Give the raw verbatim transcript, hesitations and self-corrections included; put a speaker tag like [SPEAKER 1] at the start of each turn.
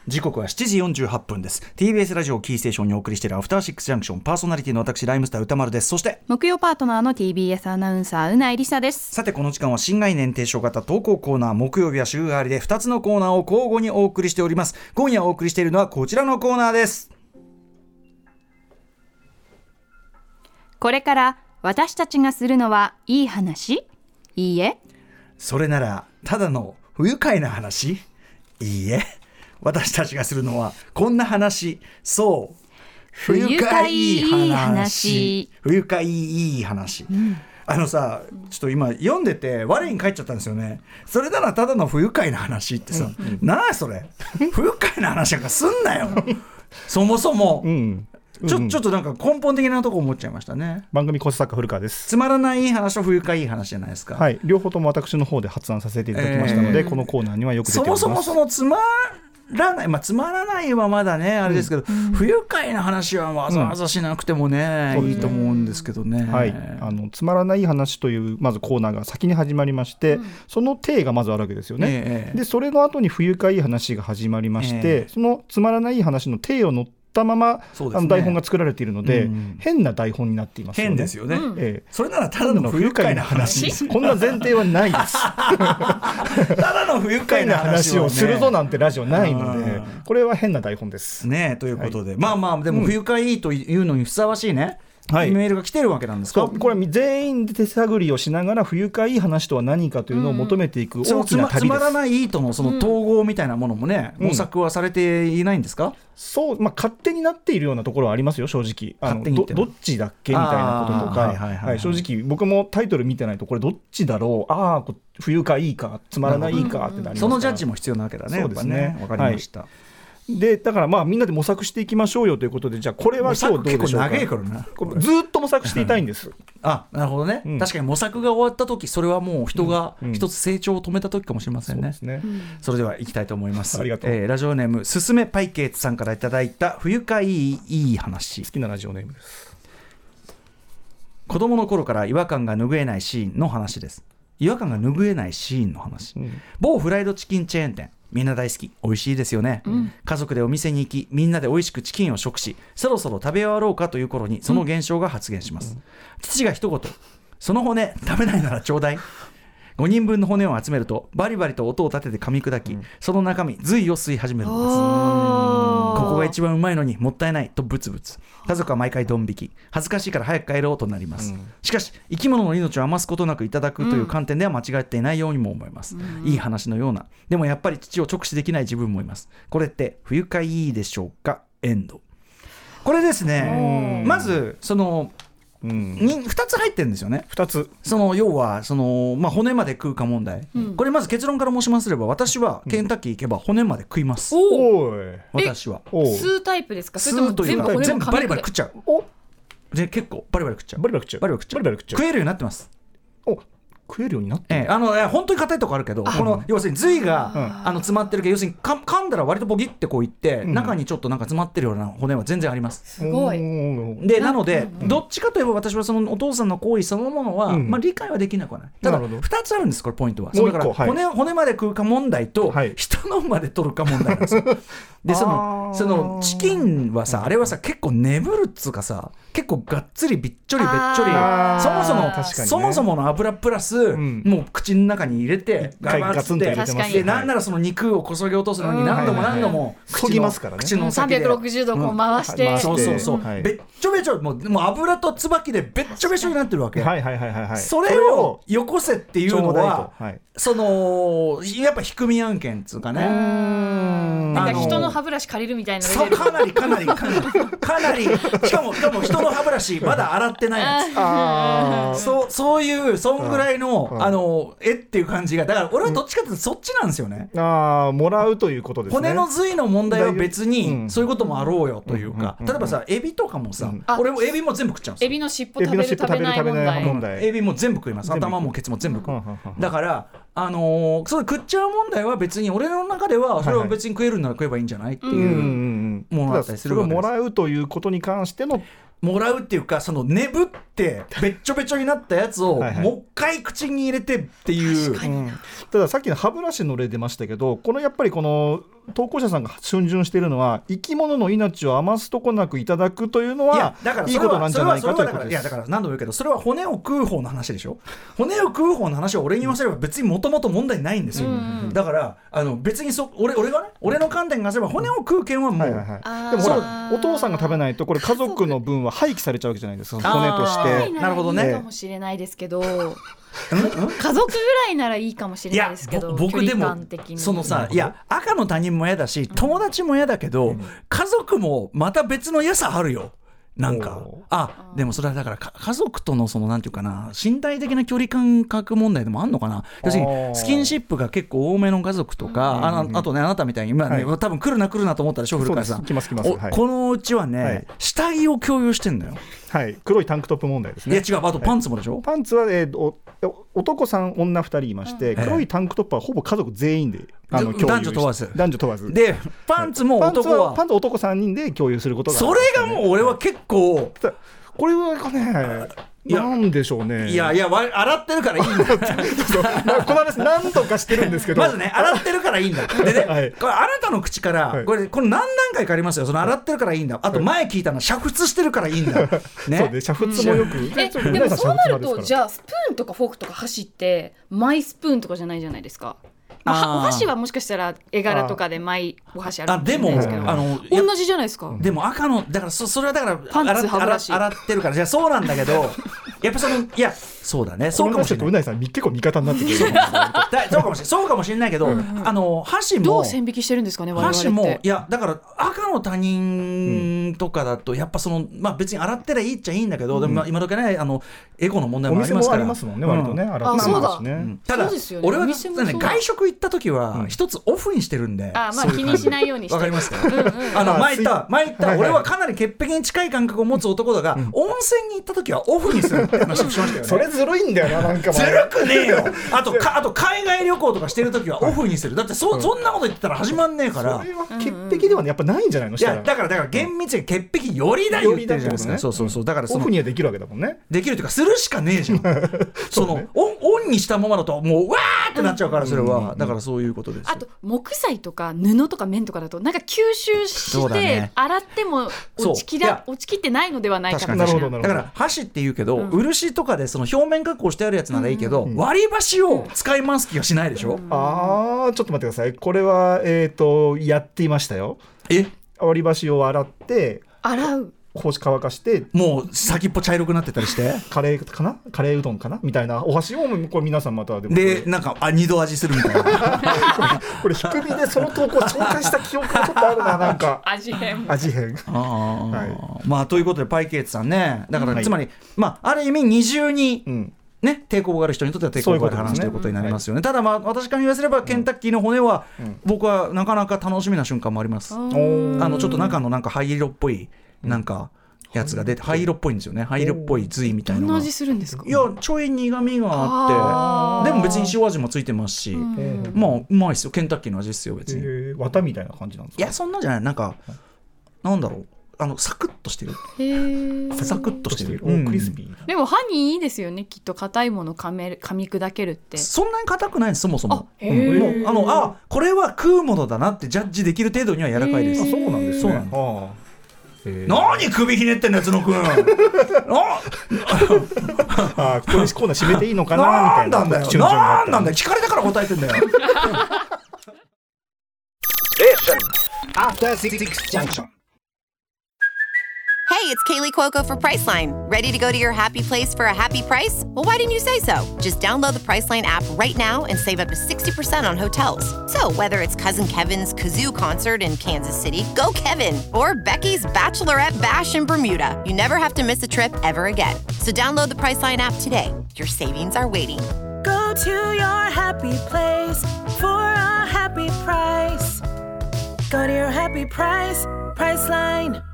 [SPEAKER 1] 時刻はしちじよんじゅうはっぷんです。 ティービーエス ラジオキーステーションにお送りしているアフターシックスジャンクション、パーソナリティの私ライムスター歌丸です。そして
[SPEAKER 2] 木曜パートナーの ティービーエス アナウンサーうないりさです。
[SPEAKER 1] さてこの時間は新概念提唱型投稿コーナー、木曜日は週替わりでふたつのコーナーを交互にお送りしております。今夜お送りしているのはこちらのコーナーです。
[SPEAKER 2] これから私たちがするのはいい話？いいえ。
[SPEAKER 1] それならただの不愉快な話？いいえ。私たちがするのはこんな話。そう、
[SPEAKER 2] 不愉快いい話。
[SPEAKER 1] 不愉快いい話、うん、あのさ、ちょっと今読んでて我に返っちゃったんですよね。それならただの不愉快な話ってさ、うんうん、なあそれ不愉快な話なんかすんなよそもそも、うんちょ、ちょっとなんか根本的なとこ思っちゃいましたね。
[SPEAKER 3] 番組構成作家古川です。
[SPEAKER 1] つまらないいい話と不愉快いい話じゃないですか。
[SPEAKER 3] はい、両方とも私の方で発案させていただきましたので、えー、このコーナーにはよく出ております。
[SPEAKER 1] そもそもそのつまらない、まあ、つまらないはまだねあれですけど、うん、不愉快な話はわざわざしなくてもね、うん、いいと思うんですけどね、
[SPEAKER 3] はい、あのつまらない話というまずコーナーが先に始まりまして、うん、その体がまずあるわけですよね、えー、でそれの後に不愉快いい話が始まりまして、えー、そのつまらないい話の体を乗ってたまま、ね、あの台本が作られているので、うん、変な台本になっていますよね。
[SPEAKER 1] 変ですよね、
[SPEAKER 2] うん
[SPEAKER 1] えー、それならただの不愉快な話
[SPEAKER 3] こんな前提はないです
[SPEAKER 1] ただの不愉快な話を、ね、
[SPEAKER 3] するぞなんてラジオないので、これは変な台本です
[SPEAKER 1] ね。ということで、はい、まあまあでも不愉快というのにふさわしいね、はい、メールが来てるわけなんですか。
[SPEAKER 3] そう、これは全員で手探りをしながら不愉快いい話とは何かというのを求めていく大きな旅です。
[SPEAKER 1] つま、つまらないとのその統合みたいなものもね、うん、模索はされていないんですか。うん、
[SPEAKER 3] そう、まあ、勝手になっているようなところはありますよ正直。あの ど, どっちだっけみたいなこととか、はいはいはいはい、正直僕もタイトル見てないとこれどっちだろう、ああ不愉快いいかつまらないいいかってなりますから、
[SPEAKER 1] そのジャッジも必要なわけだね。
[SPEAKER 3] そうですね、
[SPEAKER 1] わかりました、はい、
[SPEAKER 3] でだからまあみんなで模索していきましょうよということで、じゃあこれは今日どうでしょうか。
[SPEAKER 1] 結構長いからな、
[SPEAKER 3] ずっと模索していたいんです
[SPEAKER 1] あ、なるほどね、うん、確かに模索が終わった時、それはもう人が一つ成長を止めた時かもしれませんね、うんうん、そうですね。それでは行きたいと思います。
[SPEAKER 3] ありがとう、
[SPEAKER 1] えー、ラジオネームすすめパイケーツさんからいただいた不愉快いい話。
[SPEAKER 3] 好きなラジオネームです。
[SPEAKER 1] 子供の頃から違和感が拭えないシーンの話です。違和感が拭えないシーンの話、うん、某フライドチキンチェーン店、みんな大好き、美味しいですよね、うん、家族でお店に行きみんなで美味しくチキンを食し、そろそろ食べ終わろうかという頃にその現象が発現します、うん、父が一言、その骨食べないならちょうだい。ごにんぶんの骨を集めるとバリバリと音を立てて噛み砕き、うん、その中身髄を吸い始めるのです。ここが一番うまいのにもったいないとブツブツ。家族は毎回ドン引き、恥ずかしいから早く帰ろうとなります、うん、しかし生き物の命を余すことなくいただくという観点では間違っていないようにも思います、うん、いい話のような。でもやっぱり父を直視できない自分もいます。これって不愉快いいでしょうか。エンド。これですね、まずそのうん、にふたつ入ってるんですよね。
[SPEAKER 3] ふたつ、
[SPEAKER 1] その要はその、まあ、骨まで食うか問題、うん、これまず結論から申しますれば、私はケンタッキー行けば骨まで食います、うん、
[SPEAKER 2] お
[SPEAKER 1] 私は
[SPEAKER 2] 吸うタイプですか。それとも全部骨も
[SPEAKER 1] 全部バリバリ食っちゃう。おで結構バリバリ食っちゃう。
[SPEAKER 3] バリバリ食っちゃう。バリバリ食っちゃう。バリバリ食っちゃう。
[SPEAKER 1] 食えるようになってます。
[SPEAKER 3] お食えるようになってる、
[SPEAKER 1] ええ、あの本当に硬いとこあるけど、この要するに髄が、うん、あの詰まってるけど、要するにか噛んだら割とボギってこういって、うん、中にちょっとなんか詰まってるような骨は全然あります。
[SPEAKER 2] すごい。
[SPEAKER 1] でなので、うん、どっちかといえば私はそのお父さんの行為そのものは、うん、まあ、理解はできなくはない。ただふたつあるんです、これポイントは。それから骨、はい、骨まで食うか問題と、はい、人のまで取るか問題なんですよでそのそのチキンはさ、あれはさ結構眠るっつうかさ、結構がっつりびっちょりべっちょり、そもそも、ね、そもそもの油プラス、うん、もう口の中に入れてガバッつってで、なんならその肉をこそぎ落とすのに何度も何度も口の口の先で
[SPEAKER 2] さんびゃくろくじゅうどこう回して、うん、
[SPEAKER 1] そうそうそう、はい、べっちょべちょ、もう、もう油と椿でべっちょべちょになってるわけ。
[SPEAKER 3] はいはいはいはい、はい、
[SPEAKER 1] それをよこせっていうのは、はい、そのやっぱ低み案件っつうかね、
[SPEAKER 2] なんか人の歯ブラシ借りるみたいなレベル。
[SPEAKER 1] かなりかなりかなりかなりしかもしかも人の歯ブラシまだ洗ってないやつあそうそういうそんぐらいのああのえっていう感じが、だから俺はどっちかというとそっちなんですよね、
[SPEAKER 3] うん、あもらうということですね。
[SPEAKER 1] 骨の髄の問題は別にそういうこともあろうよというか、例えばさエビとかもさ、うん、俺もエビも全部食っちゃうんですよ。
[SPEAKER 2] エビの尻尾食べる食べない問題、
[SPEAKER 1] 問題エビも全部食います。頭もケツも全部食う。だからあのー、それ食っちゃう問題は別に俺の中ではそれは別に食えるなら食えばいいんじゃないっていうものだったりするわけです。
[SPEAKER 3] それをもらうということに関しての
[SPEAKER 1] もらうっていうか、その眠っってべっちょべちょになったやつを
[SPEAKER 3] はい、はい、
[SPEAKER 1] もう一回口に入れてっていう、うん、
[SPEAKER 3] たださっきの歯ブラシの例出ましたけど、このやっぱりこの投稿者さんが逡巡しているのは、生き物の命を余すとこなくいただくというのはいいことなんじゃないかということです。
[SPEAKER 1] いやだから何度も言うけど、それは骨を食う方の話でしょ。骨を食う方の話を俺に言わせれば別にもともと問題ないんですよ、うん、だからあの別にそ 俺, 俺がね俺の観点がすれば骨を食う件はもう、はいはい
[SPEAKER 3] はい、でもほらお父さんが食べないとこれ家族の分は廃棄されちゃうわけじゃないですか、骨として。
[SPEAKER 2] なるほどね。いいかもしれないですけど家族ぐらいならいいかもしれないですけど、
[SPEAKER 1] 僕でもそのさ、いや赤の他人も嫌だし友達も嫌だけど、うん、家族もまた別の嫌さあるよ。なんかあでもそれはだから家族とのそのなんていうかな、身体的な距離感覚問題でもあんのかな。要するにスキンシップが結構多めの家族とか、うん、あ, あとねあなたみたいに今ね、はい、多分来るな来るなと思ったでしょ古川さん。
[SPEAKER 3] 来ます来ます、はい、
[SPEAKER 1] このうちはね、はい、下着を共有してんだよ。
[SPEAKER 3] はい、黒いタンクトップ問題ですね。
[SPEAKER 1] いや違う、あとパンツもでしょ、はい、
[SPEAKER 3] パンツは、えー、お男さん女ふたりいまして、うん、黒いタンクトップはほぼ家族全員で、あの共有
[SPEAKER 1] 男女問わず
[SPEAKER 3] 男女問わず
[SPEAKER 1] で、パンツも男は、
[SPEAKER 3] はい、パンツはパンツ男さんにんで共有することが、
[SPEAKER 1] それがもう俺は結構
[SPEAKER 3] これはねなんでしょうね。
[SPEAKER 1] いやいや洗ってるからいいんだ
[SPEAKER 3] この話何度かしてるんですけど
[SPEAKER 1] まずね洗ってるからいいんだでね、はい、これあなたの口から、はい、これこの何段階かありますよ。その洗ってるからいいんだ、あと前聞いたのは煮沸してるからいいんだ、ね、
[SPEAKER 3] そうね、煮沸もよく、うん、
[SPEAKER 2] えでもそうなるとじゃあスプーンとかフォークとか箸ってマイスプーンとかじゃないじゃないですか。まあ、お箸はもしかしたら絵柄とかでマイお箸あるかもしれないですけど、あの同じじゃないですか。
[SPEAKER 1] でも赤のだから そ, それはだから
[SPEAKER 2] パンツ歯ブラシ
[SPEAKER 1] 洗ってるからじゃあそうなんだけどやっぱそのいやそうだね、そうかもしれない。
[SPEAKER 3] うないさん結構味方になってくる
[SPEAKER 1] そうかもしれないそうかもしれないけど、うん、あの箸も
[SPEAKER 2] どう線引きしてるんですかね我々って。
[SPEAKER 1] 箸もいやだから赤の他人とかだとやっぱそのまあ別に洗ってりゃいいっちゃいいんだけど、うん、でも今時ねあのエゴの問題もありますから。
[SPEAKER 3] お店もありますもんね、割とね、うん、洗ってますね、
[SPEAKER 1] うん、ただそうですよね、俺は、ね、外食行った時は一つオフにしてるんで、
[SPEAKER 2] あまあ気にしないようにして
[SPEAKER 1] わかりますかうん、うん、あの前言った前言った俺はかなり潔癖に近い感覚を持つ男だが、うん、温泉に行った時はオフにするって話をしましたよね
[SPEAKER 3] それずるいんだよな、なんか
[SPEAKER 1] ずるくねえよあとかあと海外旅行とかしてる時はオフにする。だって そ,、うん、そんなこと言ってたら始まんねえから。
[SPEAKER 3] それは潔癖では、ね、やっぱないんじゃないの。
[SPEAKER 1] いやだからだから厳密に潔癖よりだよって言ってるじゃないですか、ね、そうそうそう。だからその
[SPEAKER 3] オフにはできるわけだもんね。
[SPEAKER 1] できるというかするしかねえじゃんその、ね、オ, ンオンにしたままだともうわーってなっちゃうから、それは、うんうんうん、だからそういうことですよ。
[SPEAKER 2] あと木材とか布とか綿とかだとなんか吸収して洗っても落ちきら落ちきってないのではないかもしれない。
[SPEAKER 1] だから箸って言うけど、うん、漆とかでその表面加工してあるやつならいいけど、うんうん、割り箸を使い回す気がしないでしょ、うん、
[SPEAKER 3] あーちょっと待ってください。これは、えー、とやっていましたよ。
[SPEAKER 1] え
[SPEAKER 3] 割り箸を洗って
[SPEAKER 2] 洗う
[SPEAKER 3] 干し乾かして
[SPEAKER 1] もう先っぽ茶色くなってたりして
[SPEAKER 3] カレーかなカレーうどんかなみたいなお箸をこれ皆さんまた
[SPEAKER 1] で, でなんかあ二度味するみたいな
[SPEAKER 3] これ低みでその投稿紹介した記憶がちょっとあるな。なんか
[SPEAKER 2] 味変
[SPEAKER 3] 味変
[SPEAKER 1] あ、はい、まあということでパイケーツさんねだから、はい、つまりまあある意味二重に、うんね、抵抗がある人にとっては抵抗がある話ということになりますよね。ただまあ私から言わせればケンタッキーの骨は僕はなかなか楽しみな瞬間もあります、うん、あのちょっと中のなんか灰色っぽいなんかやつが出て、灰色っぽいんですよね。灰色っぽい髄みたいなのが。
[SPEAKER 2] どんな味するんですか。
[SPEAKER 1] いやちょい苦味があってでも別に塩味もついてますし、まあうまいですよ。ケンタッキーの味ですよ別に。
[SPEAKER 3] 綿みたいな感じなんですか。
[SPEAKER 1] いやそんなんじゃない。なんかなんだろうあのサクッとしてる。へサクッとしてる、
[SPEAKER 3] うん、クリスピー。
[SPEAKER 2] でも歯にいいですよねきっと。硬いもの噛める噛み砕けるって
[SPEAKER 1] そんなに硬くないですそもそも。あ、へもうあのあこれは食うものだなってジャッジできる程度には柔らかいです。
[SPEAKER 3] あそうなんですね。そうなんです。
[SPEAKER 1] あ何首ひねってんの角くんあ
[SPEAKER 3] あこれコーナー締めていいのかなみたいな。
[SPEAKER 1] なんだよなんなんだよ聞かれたから答えてんだよ
[SPEAKER 4] Hey, it's Kaylee Cuoco for Priceline. Ready to go to your happy place for a happy price? Well, why didn't you say so? Just download the Priceline app right now and save up to sixty percent on hotels. So whether it's Cousin Kevin's Kazoo Concert in Kansas City, go Kevin, or Becky's Bachelorette Bash in Bermuda, you never have to miss a trip ever again. So download the Priceline app today. Your savings are waiting.
[SPEAKER 5] Go to your happy place for a happy price. Go to your happy price, Priceline.